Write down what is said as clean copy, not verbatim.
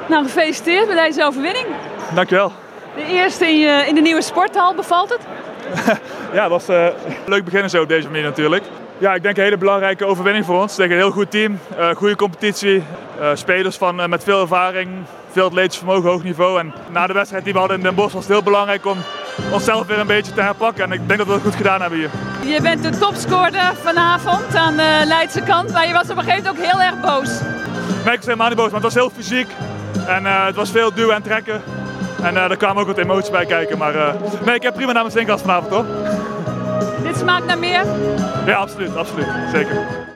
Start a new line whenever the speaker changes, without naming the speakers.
Nou, gefeliciteerd met deze overwinning.
Dankjewel.
De eerste in de nieuwe sporthal, bevalt het?
Ja, dat was leuk beginnen zo op deze manier natuurlijk. Ja, ik denk een hele belangrijke overwinning voor ons. Tegen een heel goed team, goede competitie, spelers met veel ervaring, veel atletisch vermogen, hoog niveau. En na de wedstrijd die we hadden in Den Bosch was het heel belangrijk om onszelf weer een beetje te herpakken. En ik denk dat we dat goed gedaan hebben hier.
Je bent de topscorer vanavond aan de Leidse kant, maar je was op een gegeven moment ook heel erg boos.
Nee, ik was helemaal niet boos, maar het was heel fysiek. En het was veel duwen en trekken. En er kwamen ook wat emoties bij kijken. Maar nee, ik heb prima naar mijn zin gehad vanavond, hoor.
Dit smaakt naar meer?
Ja, absoluut, absoluut. Zeker.